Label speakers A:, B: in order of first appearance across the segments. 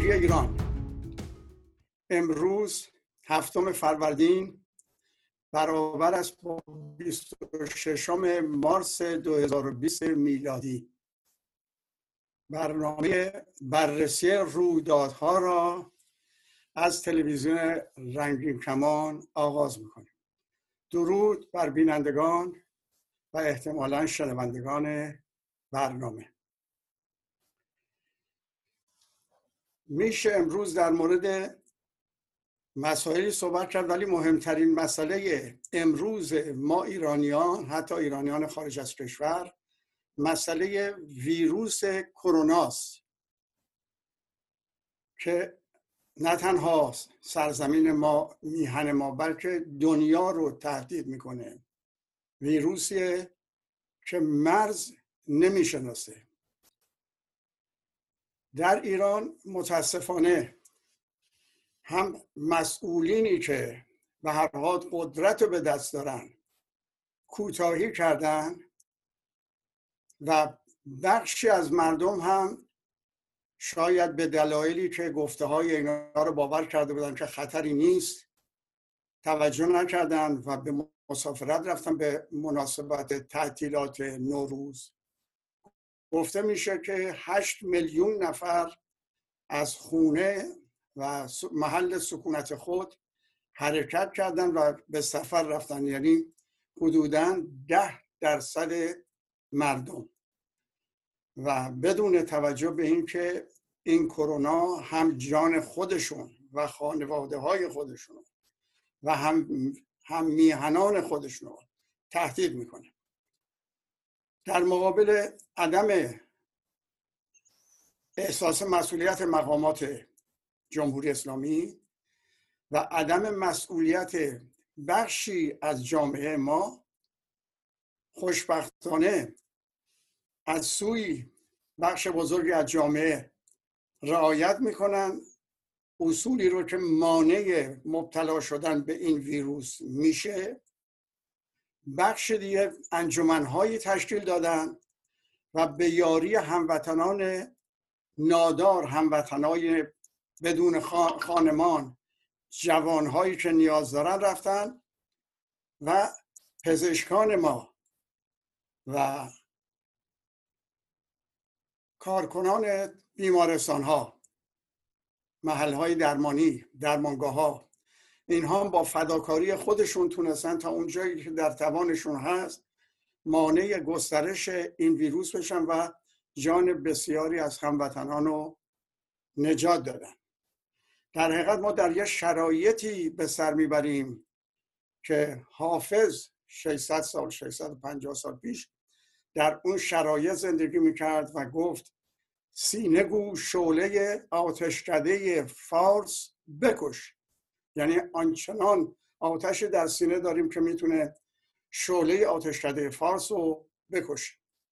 A: جمهوری ایران امروز 7 فروردین برابر است با 26 مارس 2020 میلادی برنامه بررسی رویدادها را از تلویزیون رنگین کمان آغاز می‌کنیم. درود بر بینندگان و احتمالاً شنوندگان برنامه. میشه امروز در مورد مسائلی صحبت کرد، ولی مهمترین مسئله امروز ما ایرانیان، حتی ایرانیان خارج از کشور، مسئله ویروس کروناست که نه تنها سرزمین ما، میهن ما، بلکه دنیا رو تهدید میکنه. ویروسیه که مرز نمیشناسه. در ایران متاسفانه هم مسئولینی که به هر حال قدرت رو به دست دارن کوتاهی کردن و بخشی از مردم هم شاید به دلایلی که گفته های اینا رو باور کرده بودن که خطری نیست توجه نکردن و به مسافرت رفتن به مناسبت تعطیلات نوروز. گفته میشه که 8 میلیون نفر از خونه و محل سکونت خود حرکت کردن و به سفر رفتن، یعنی حدوداً 10% مردم، و بدون توجه به این که این کرونا هم جان خودشون و خانواده های خودشون و هم میهنان خودشون رو تهدید میکنه. در مقابل عدم احساس مسئولیت مقامات جمهوری اسلامی و عدم مسئولیت بخشی از جامعه ما، خوشبختانه از سوی بخش بزرگی از جامعه رعایت میکنن اصولی رو که مانع مبتلا شدن به این ویروس میشه. بخش دیگه انجمنهایی تشکیل دادن و به یاری هموطنان نادار، هموطنای بدون خانمان، جوانهایی که نیاز دارن رفتن و پزشکان ما و کارکنان بیمارستان ها، محل های درمانی، درمانگاه ها، اینها با فداکاری خودشون تونستن تا اونجایی که در توانشون هست مانع گسترش این ویروس بشن و جان بسیاری از هموطنان رو نجات دادن. در حقیقت ما در یه شرایطی به سر میبریم که حافظ 600 سال 650 سال پیش در اون شرایط زندگی میکرد و گفت سینه گو شعله آتشکده فارس بکش. یعنی آنچنان آتش در سینه داریم که میتونه شعله آتشکده فارس رو بکشه.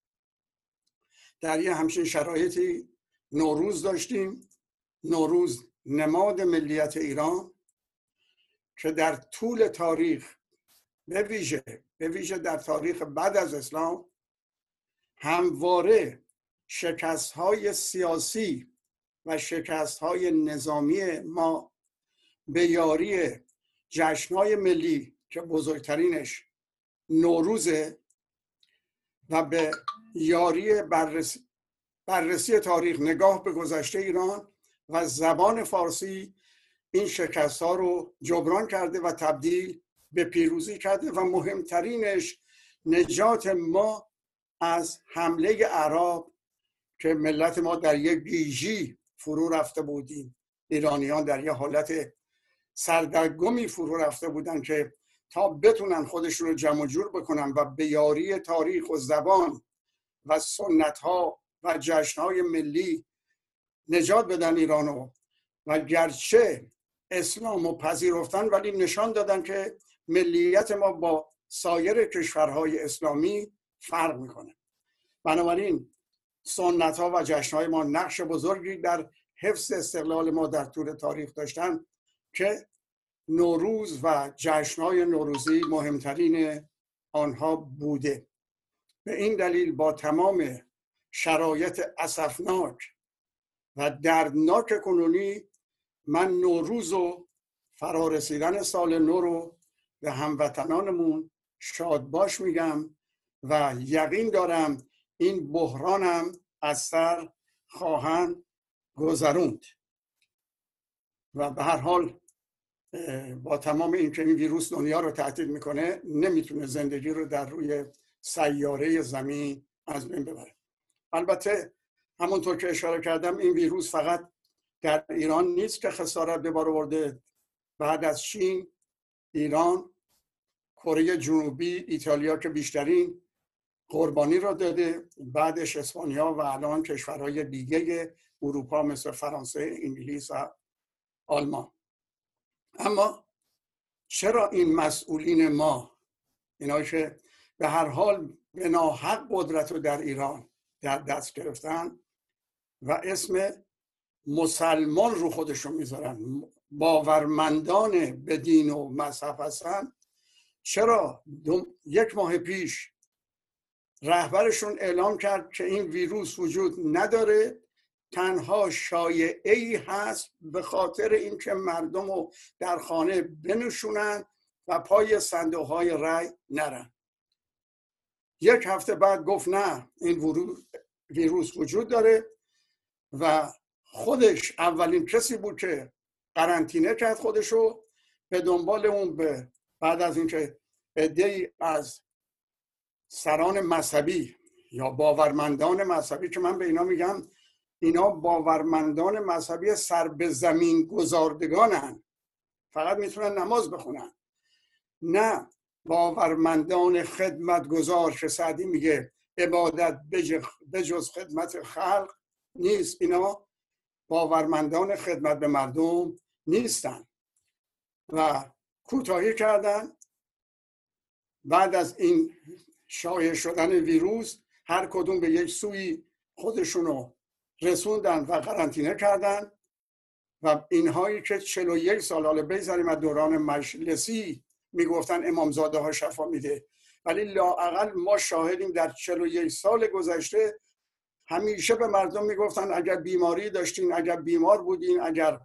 A: در یه همچین شرایطی نوروز داشتیم. نوروز نماد ملیت ایران که در طول تاریخ به ویژه در تاریخ بعد از اسلام همواره شکست‌های سیاسی و شکست‌های نظامی ما به یاری جشن‌های ملی که بزرگترینش نوروزه و به یاری بررسی تاریخ، نگاه به گذشته ایران و زبان فارسی این شکست‌ها رو جبران کرده و تبدیل به پیروزی کرده و مهمترینش نجات ما از حمله اعراب که ملت ما در یک گیجی فرو رفته بودیم. ایرانیان در یک حالت سردرگمی فرو رفته بودن که تا بتونن خودشون رو جمع و جور بکنن و به یاری تاریخ و زبان و سنت‌ها و جشن‌های ملی نجات بدن ایرانو، و گرچه اسلام رو پذیرفتن ولی نشان دادن که ملیت ما با سایر کشورهای اسلامی فرق میکنه. بنابراین سنت‌ها و جشن‌های ما نقش بزرگی در حفظ استقلال ما در طول تاریخ داشتن که نوروز و جشن‌های نوروزی مهمترین آنها بوده. به این دلیل با تمام شرایط اسفناک و دردناک کنونی من نوروز و فرارسیدن سال نو رو به هموطنانمون شادباش میگم و یقین دارم این بحرانم از سر خواهند گذروند. و به هر حال با تمام این که این ویروس دنیا رو تهدید میکنه نمیتونه زندگی رو در روی سیاره زمین از بین ببره. البته همونطور که اشاره کردم این ویروس فقط در ایران نیست که خسارت به بار آورده. بعد از چین، ایران، کره جنوبی، ایتالیا که بیشترین قربانی را داده، بعدش اسپانیا و الان کشورهای دیگه اروپا مثل فرانسه، انگلیس و آلمان. اما چرا این مسئولین ما، اینا که به هر حال به ناحق قدرت رو در ایران در دست گرفتن و اسم مسلمان رو خودشون میذارن، باورمندان به دین و مذهب هستن، چرا یک ماه پیش رهبرشون اعلام کرد که این ویروس وجود نداره، تنها شایعه‌ای هست به خاطر اینکه مردم رو در خانه بنشونن و پای صندوق‌های رای نرن. یک هفته بعد گفت نه، این ویروس وجود داره و خودش اولین کسی بود که قرنطینه کرد خودشو. به دنبال اون بعد از اینکه عده‌ای از سران مذهبی یا باورمندان مذهبی، که من به اینا میگم اینا باورمندان مذهبی سر به زمین گذاردگانن، فقط میتونن نماز بخونن، نه باورمندان خدمتگزار که سعدی میگه عبادت بجز خدمت خلق نیست. اینا باورمندان خدمت به مردم نیستن و کوتاهی کردن. بعد از این شایع شدن ویروس هر کدوم به یک سوی خودشونو رسوندن و قرنطینه کردن و اینهایی که 41 سال حالا بگذاریم از دوران مجلسی میگفتن امامزاده ها شفا میده، ولی لااقل ما شاهدیم در 41 سال گذشته همیشه به مردم میگفتن اگر بیماری داشتین، اگر بیمار بودین، اگر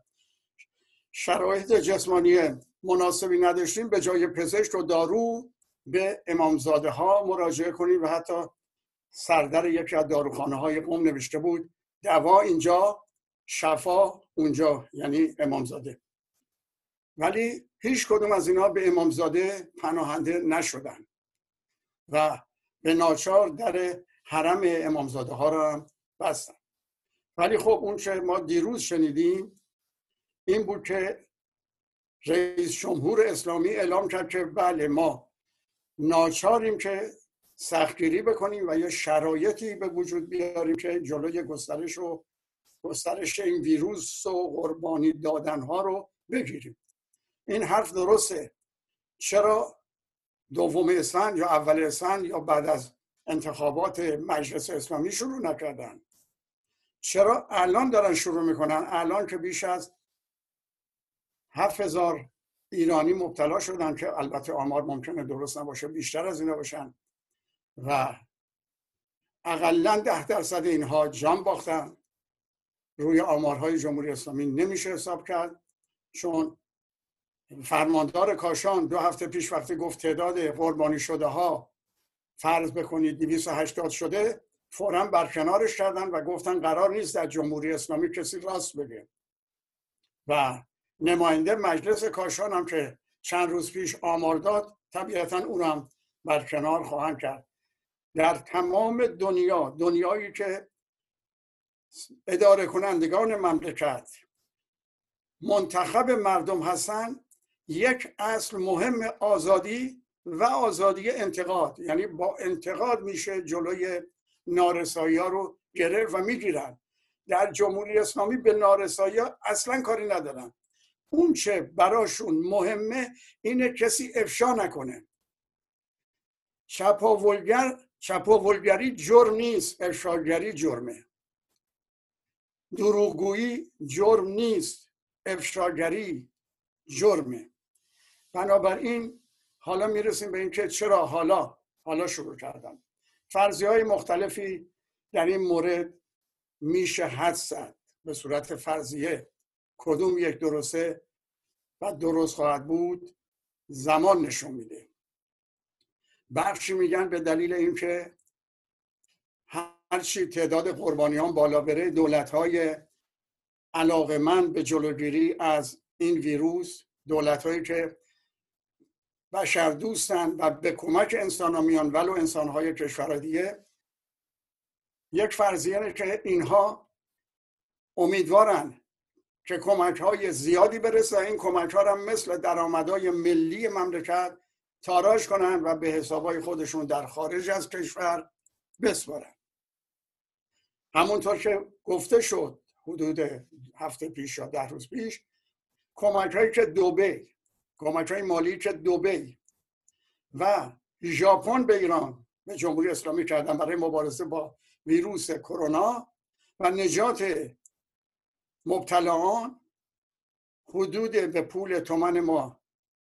A: شرایط جسمانی مناسبی نداشتین، به جای پزشک و دارو به امامزاده ها مراجعه کنید. و حتی سردر یکی از داروخانه های قم نوشته بود دوا اینجا، شفا اونجا، یعنی امامزاده. ولی هیچ کدوم از اینا به امامزاده پناهنده نشدن و به ناچار در حرم امامزاده ها را هم بستن. ولی خب اون که ما دیروز شنیدیم این بود که رئیس جمهور اسلامی اعلام کرد که بله ما ناچاریم که سختگیری بکنیم و یه شرایطی به وجود بیاریم که جلوی گسترش این ویروس و قربانی دادن ها رو بگیریم. این حرف درسته. چرا دوم اسفند یا اول اسفند یا بعد از انتخابات مجلس اسلامی شروع نکردن؟ چرا الان دارن شروع میکنن؟ الان که بیش از 7000 ایرانی مبتلا شدن که البته آمار ممکنه درست نباشه، بیشتر از اینا باشن و اقلاً 10% اینها جان باختن. روی آمارهای جمهوری اسلامی نمیشه حساب کرد، چون فرماندار کاشان 2 هفته پیش وقتی گفت تعداد قربانی شده ها فرض بکنید 280 شده، فوراً برکنارش کردن و گفتن قرار نیست در جمهوری اسلامی کسی راست بگه. و نماینده مجلس کاشان هم که چند روز پیش آمار داد طبیعتاً اونم برکنار خواهند کرد. در تمام دنیایی که اداره کنندگان مملکت منتخب مردم هستن، یک اصل مهم آزادی و آزادی انتقاد، یعنی با انتقاد میشه جلوی نارسایی ها رو گرفت و میگیرن. در جمهوری اسلامی به نارسایی ها اصلا کاری ندارن. اون چه براشون مهمه اینه کسی افشا نکنه. چپاولگری جرم نیست، افشاگری جرمه. دروغگویی جرم نیست، افشاگری جرمه. بنابراین حالا میرسیم به این که چرا حالا شروع کردن. فرضیه‌های مختلفی در این مورد میشه حدس زد. به صورت فرضیه کدوم یک درسته و درست خواهد بود زمان نشون میده. بخشی میگن به دلیل اینکه هرچی تعداد قربانیان بالا بره دولت‌های علاقه‌مند به جلوگیری از این ویروس، دولت‌هایی که بشر دوستن و به کمک انسان ها میان ولو انسان‌های کشورهای دیگه، یک فرضیه اینه که اینها امیدوارن که کمک‌های زیادی برسه و این کمک‌ها هم مثل درآمدهای ملی مملکت تاراج کنن و به حسابهای خودشون در خارج از کشور بسپارن. همونطور که گفته شد حدود هفته پیش یا 10 روز پیش، کمک‌هایی که دبی، کمک‌های مالی که دبی و ژاپن به ایران، به جمهوری اسلامی کردن برای مبارزه با ویروس کرونا و نجات مبتلایان، حدود به پول تومان ما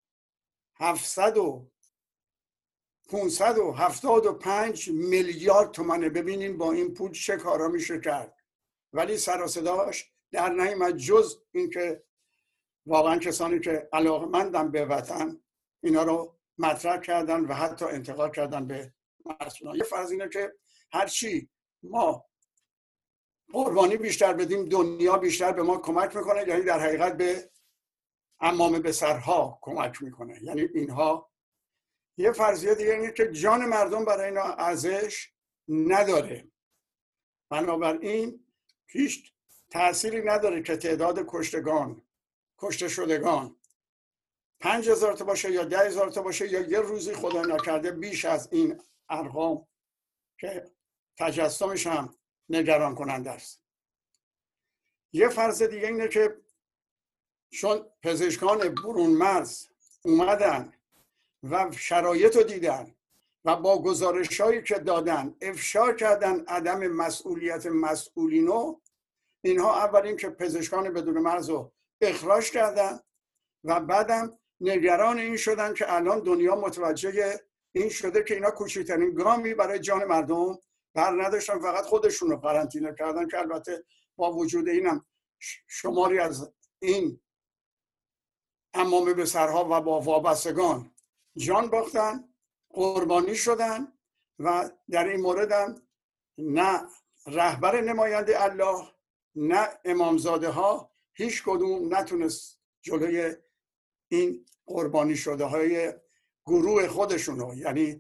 A: 575 میلیارد تومانه. ببینین با این پول چه کارا میشه کرد، ولی سر و صداش در نیامد جز اینکه واقعا کسانی که علاقه‌مندن به وطن اینا رو مطرح کردن و حتی انتقاد کردن به مسئولان. یه فرض اینه که هرچی ما قربانی بیشتر بدیم دنیا بیشتر به ما کمک میکنه، یعنی در حقیقت به عمامه به سرها کمک میکنه. یعنی اینها یه فرضیه دیگه اینه که جان مردم برای اینا ارزش نداره، بنابراین هیچ تأثیری نداره که تعداد کشته شدگان 5000 تا باشه یا 10,000 تا باشه یا یه روزی خدا نکرده بیش از این ارقام که تجسمش هم نگران کننده است. یه فرض دیگه اینه که چون پزشکان برون مرز اومدن و شرایط رو دیدن و با گزارش‌هایی که دادن افشا کردن عدم مسئولیت مسئولینو، اینها اولین که پزشکان بدون مرز رو اخراج کردن و بعدم نگران این شدن که الان دنیا متوجه این شده که اینا کوچکترین گامی برای جان مردم بر نداشتن، فقط خودشون رو قرنطینه کردن که البته با وجود اینم شماری از این عمامه به سرها و با وابستگان جان باختن، قربانی شدن و در این مورد هم نه رهبر نماینده الله نه امامزاده ها هیچ کدوم نتونست جلوی این قربانی شده های گروه خودشون رو، یعنی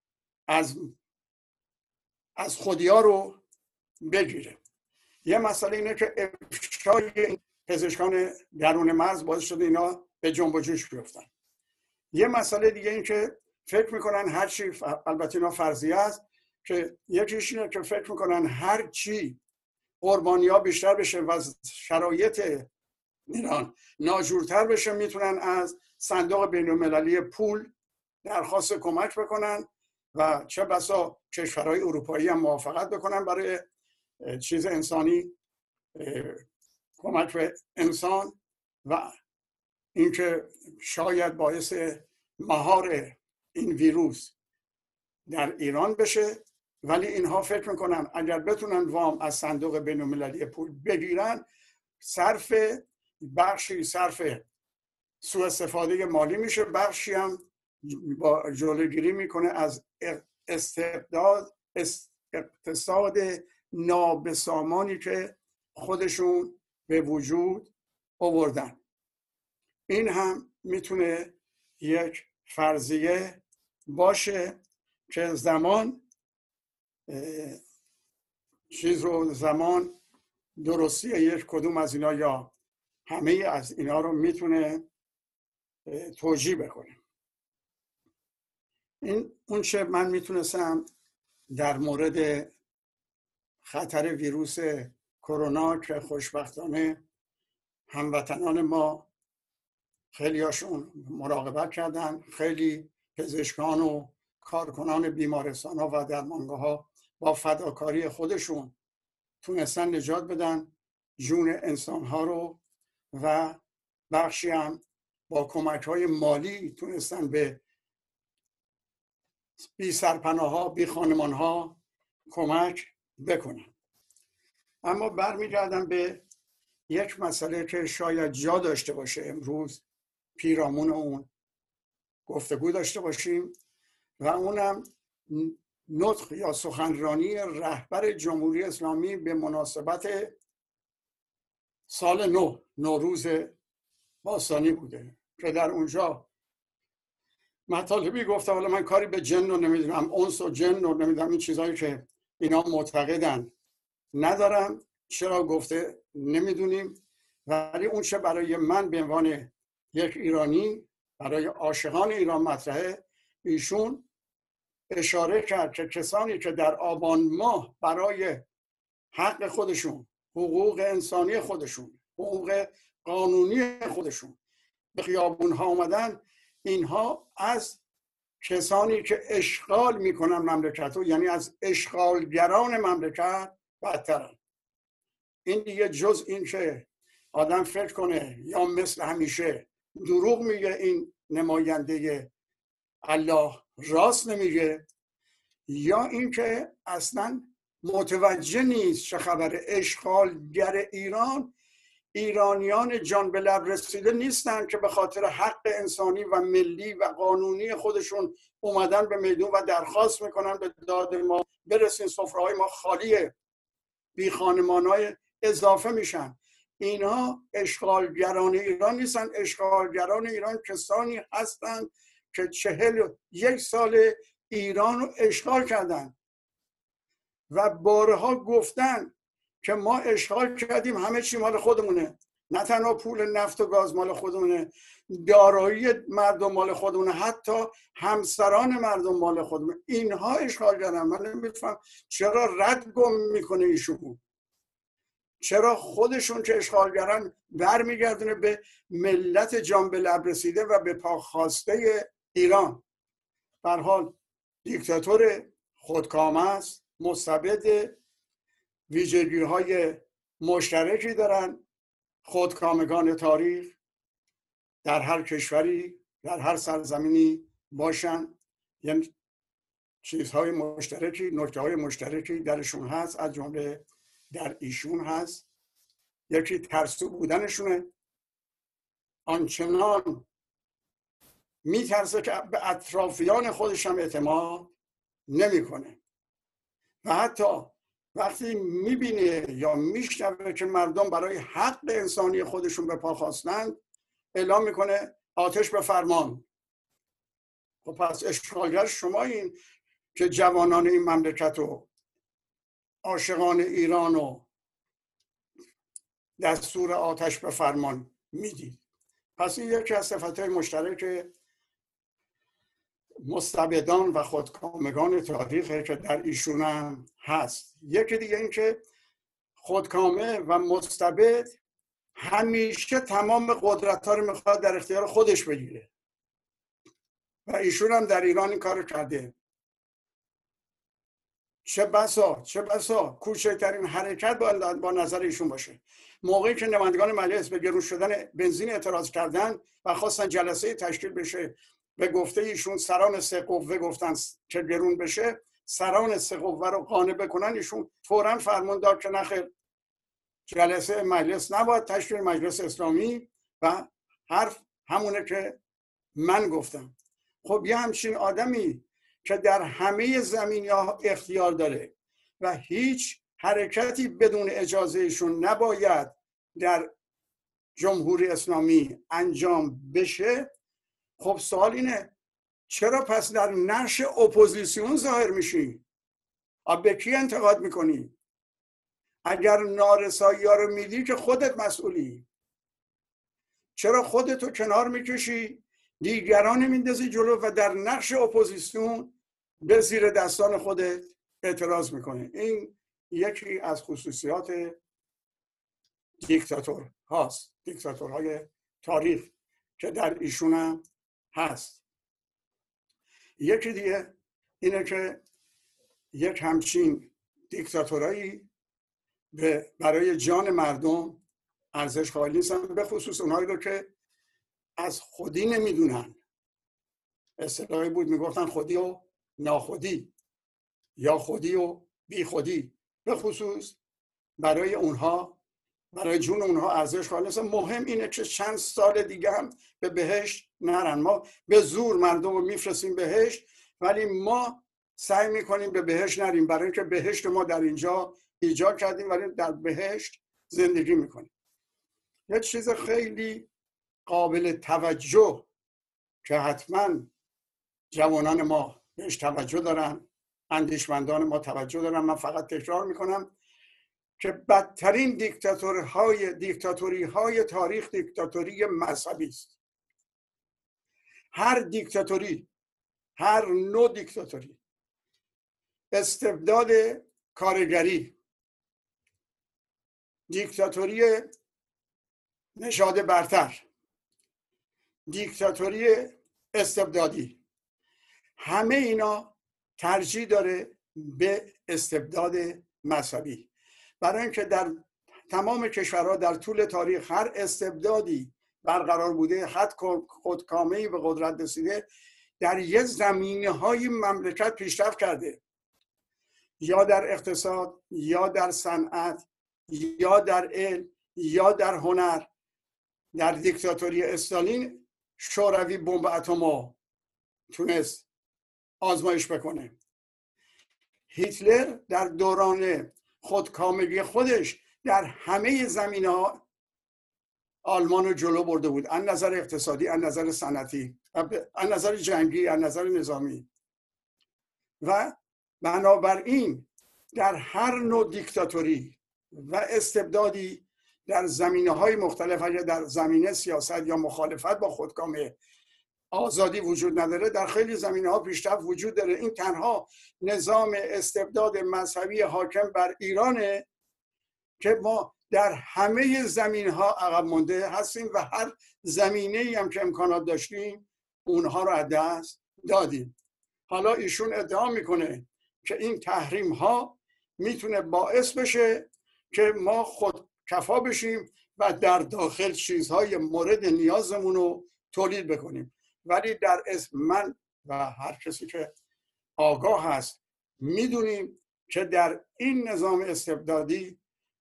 A: از خودیا رو بگیره. یه مسئله اینه که افشای پزشکان درون مرز باعث شده اینا به جنب و جوش بیفتن. یه مسئله دیگه این که فکر میکنن هر چی، البته اینا فرضیه است، که یکیش اینه که فکر میکنن هر چی قربانی ها بیشتر بشه و شرایط ایران ناجورتر بشه میتونن از صندوق بین المللی پول درخواست کمک بکنن و چه بسا کشورهای اروپایی هم موافقت بکنن برای چیز انسانی، کمک به انسان، و اینکه شاید باعث مهار این ویروس در ایران بشه. ولی اینها فکر میکنن اگر بتونن وام از صندوق بین المللی پول بگیرن بخشی صرف سوء استفاده مالی میشه، بخشی هم با جلوگیری میکنه از اقتصاد نابسامانی که خودشون به وجود آوردن. این هم میتونه یک فرضیه باشه که زمان درستی یک کدوم از اینا یا همه از اینا رو میتونه توجیه بکنه. این اون چه من میتونستم در مورد خطر ویروس کرونا که خوشبختانه هموطنان ما خیلی هاشون مراقبت کردن، خیلی پزشکان و کارکنان بیمارستان ها و درمانگاه ها با فداکاری خودشون تونستن نجات بدن جون انسان ها رو و بخشی هم با کمک های مالی تونستن به بی سرپناه ها بی خانمان ها کمک بکنن. اما برمیگردم به یک مسئله که شاید جا داشته باشه امروز پیرامون اون گفتگو داشته باشیم و اونم نطق یا سخنرانی رهبر جمهوری اسلامی به مناسبت سال نو، نوروز باستانی بوده که در اونجا مطالبی گفته. حالا من کاری به جن رو نمیدونم، انس و جن رو نمیدونم، این چیزهایی که اینا معتقدن ندارم، چرا گفته نمیدونیم، ولی اون چه برای من به عنوان یک ایرانی، برای عاشقان ایران مطرحه، ایشون اشاره کرد که کسانی که در آبان ماه برای حق خودشون، حقوق انسانی خودشون، حقوق قانونی خودشون به خیابون ها آمدن، اینها از کسانی که اشغال میکنن مملکت رو، یعنی از اشغالگران مملکت بدترن. این دیگه جز این که آدم فکر کنه یا مثل همیشه دروغ میگه این نماینده الله راست نمیگه، یا اینکه اصلا متوجه نیست چه خبره. اشغالگر ایران ایرانیان جان به لب رسیده نیستن که به خاطر حق انسانی و ملی و قانونی خودشون اومدن به میدون و درخواست میکنن به داد ما برسین، سفره‌های ما خالیه، بی خانمان‌های اضافه میشن. اینها اشغالگران ایران نیستن. اشغالگران ایران کسانی هستند که 41 سال ایران رو اشغال کردن و بارها گفتن که ما اشغال کردیم، همه چی مال خودمونه، نه تنها پول نفت و گاز مال خودمونه، دارایی مردم مال خودمونه، حتی همسران مردم مال خودمونه. اینها اشغال کردن. من نمیفهم چرا رد گم میکنه ایشون، چرا خودشون که اشغالگران برمیگردونه به ملت جان به لب رسیده و به پاخواسته ایران. به هر حال دیکتاتور خودکامه است، مستبد، ویژگی های مشترکی دارن خودکامگان تاریخ، در هر کشوری، در هر سرزمینی باشن، یعنی چیزهای مشترکی، نکته‌های مشترکی درشون هست، از جمله در ایشون هست. یکی ترسو بودنشونه، آنچنان میترسه که به اطرافیان خودش هم اعتماد نمیکنه و حتی وقتی میبینه یا میشنوه که مردم برای حق انسانی خودشون به پا خواستند، اعلام میکنه آتش به فرمان. خب پس اشغالگر شما این که جوانان این مملکت و عاشقان ایران و دستور آتش به فرمان میدید. پس این یکی از صفتهای مشترک مستبدان و خودکامگان تاریخ که در ایشون هم هست. یکی دیگه این که خودکامه و مستبد همیشه تمام قدرت ها رو میخواد در اختیار خودش بگیره و ایشون هم در ایران این کار کرده. چه بسا کوچکترین حرکت با نظر ایشون باشه. موقعی که نمایندگان مجلس به گرون شدن بنزین اعتراض کردن و خواستن جلسه تشکیل بشه، به گفته ایشون سران 3 قوه گفتن که گرون بشه، سران 3 قوه رو قانع بکنن، ایشون فوراً فرمان داد که نخیر، جلسه مجلس نباید تشکیل، مجلس اسلامی، و حرف همونه که من گفتم. خب یه همچین آدمی که در همه زمینه‌ها اختیار داره و هیچ حرکتی بدون اجازه ایشون نباید در جمهوری اسلامی انجام بشه، خب سوال اینه چرا پس در نقش اپوزیسیون ظاهر میشی؟ به کی انتقاد میکنی؟ اگر نارسایی ها رو میدی که خودت مسئولی. چرا خودتو کنار میکشی، دیگران میندازی جلو و در نقش اپوزیسیون به زیر دستان خودت اعتراض میکنه؟ این یکی از خصوصیات دیکتاتور هاست، دیکتاتورهای تاریخ که در ایشون هم هست. یکی دیگه اینه که یک همچین دیکتاتورایی برای جان مردم ارزش قائل نیستن، به خصوص اونهایی رو که از خودی نمیدونن. اصطلاحی بود میگفتن خودی و ناخودی یا خودی و بی خودی. به خصوص برای اونها برای جون اونها ارزش خالصه. مهم اینه که چند سال دیگه هم به بهشت نرن. ما به زور مردم رو میفرستیم بهشت، ولی ما سعی میکنیم به بهشت نریم، برای اینکه بهشت ما در اینجا ایجاد کردیم ولی در بهشت زندگی میکنیم. یه چیز خیلی قابل توجه که حتما جوانان ما بهش توجه دارن، اندیشمندان ما توجه دارن، من فقط تکرار میکنم که بدترین دیکتاتوری های تاریخ دیکتاتوری مذهبی است. هر دیکتاتوری، هر نوع دیکتاتوری، استبداد کارگری، دیکتاتوری نژاد برتر، دیکتاتوری استبدادی، همه اینا ترجیح داره به استبداد مذهبی. برای اینکه در تمام کشورها در طول تاریخ هر استبدادی برقرار بوده، هر خودکامه‌ای به قدرت رسیده، در یه زمینه‌های مملکت پیشرفت کرده، یا در اقتصاد، یا در صنعت، یا در علم، یا در هنر. در دیکتاتوری استالین شوروی بمب اتم تونست آزمایش بکنه. هیتلر در دوران خودکامگی خودش در همه زمینه‌ها آلمان رو جلو برده بود، از نظر اقتصادی، از نظر صنعتی، از نظر جنگی، از نظر نظامی. و بنابراین در هر نوع دیکتاتوری و استبدادی در زمینه‌های مختلف، اگر در زمینه سیاست یا مخالفت با خودکامه آزادی وجود نداره، در خیلی زمینه‌ها پیشرفت وجود داره. این تنها نظام استبداد مذهبی حاکم بر ایرانه که ما در همه زمینه‌ها عقب مونده هستیم و هر زمینه‌ای هم که امکانات داشتیم اونها رو از دست دادیم. حالا ایشون ادعا میکنه که این تحریم‌ها میتونه باعث بشه که ما خودکفا بشیم و در داخل چیزهای مورد نیازمون رو تولید بکنیم. ولی در اسم من و هر کسی که آگاه هست میدونیم که در این نظام استبدادی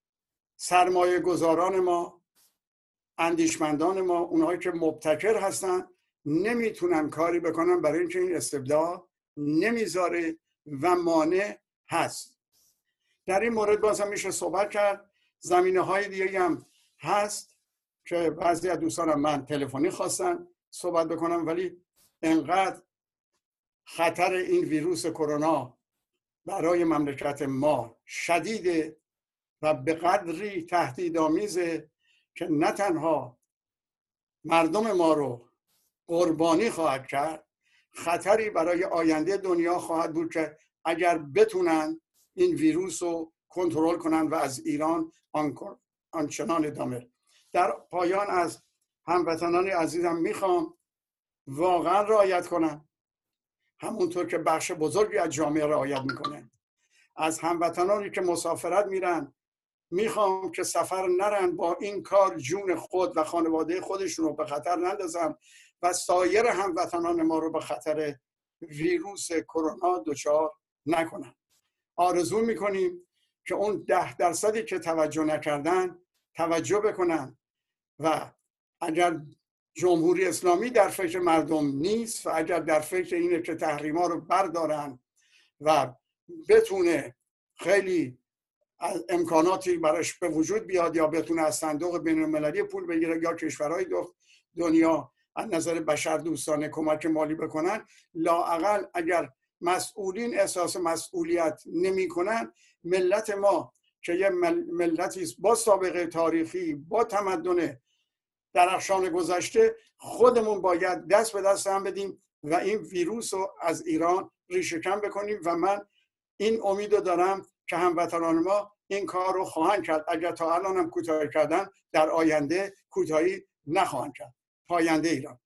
A: سرمایه گذاران ما، اندیشمندان ما، اونهایی که مبتکر هستن نمیتونن کاری بکنن، برای اینکه این استبداد نمیذاره و مانع هست. در این مورد بازم میشه صحبت کرد. زمینه‌های دیگه هم هست که بعضی از دوستانم من تلفنی خواستن صحبت بکنم، ولی انقدر خطر این ویروس کرونا برای مملکت ما شدیده و به قدری تهدیدآمیزه که نه تنها مردم ما رو قربانی خواهد کرد، خطری برای آینده دنیا خواهد بود که اگر بتونن این ویروس رو کنترل کنن و از ایران آنچنان ادامه. در پایان از هموطنان عزیزم میخوام واقعا رعایت کنن، همونطور که بخش بزرگی از جامعه رعایت میکنه. از هموطنانی که مسافرت میرن میخوام که سفر نرن، با این کار جون خود و خانواده خودشون رو به خطر نندازن و سایر هموطنان ما رو به خطر ویروس کرونا دچار نکنن. آرزو میکنیم که اون 10% که توجه نکردن توجه بکنن و اگر جمهوری اسلامی در فکر مردم نیست و اگر در فکر اینه که تحریما رو بردارن و بتونه خیلی امکاناتی براش به وجود بیاد یا بتونه از صندوق بین‌المللی پول بگیره یا کشورهای دنیا از نظر بشر دوستانه کمک مالی بکنن، لااقل اگر مسئولین احساس مسئولیت نمی کنن، ملت ما که یه ملتی است با سابقه تاریخی، با تمدن درخشان گذشته، خودمون باید دست به دست هم بدیم و این ویروس رو از ایران ریشه کن بکنیم و من این امید رو دارم که هموطنان ما این کار رو خواهند کرد. اگر تا الان هم کوتاهی کردن، در آینده کوتاهی نخواهند کرد. پاینده ایران.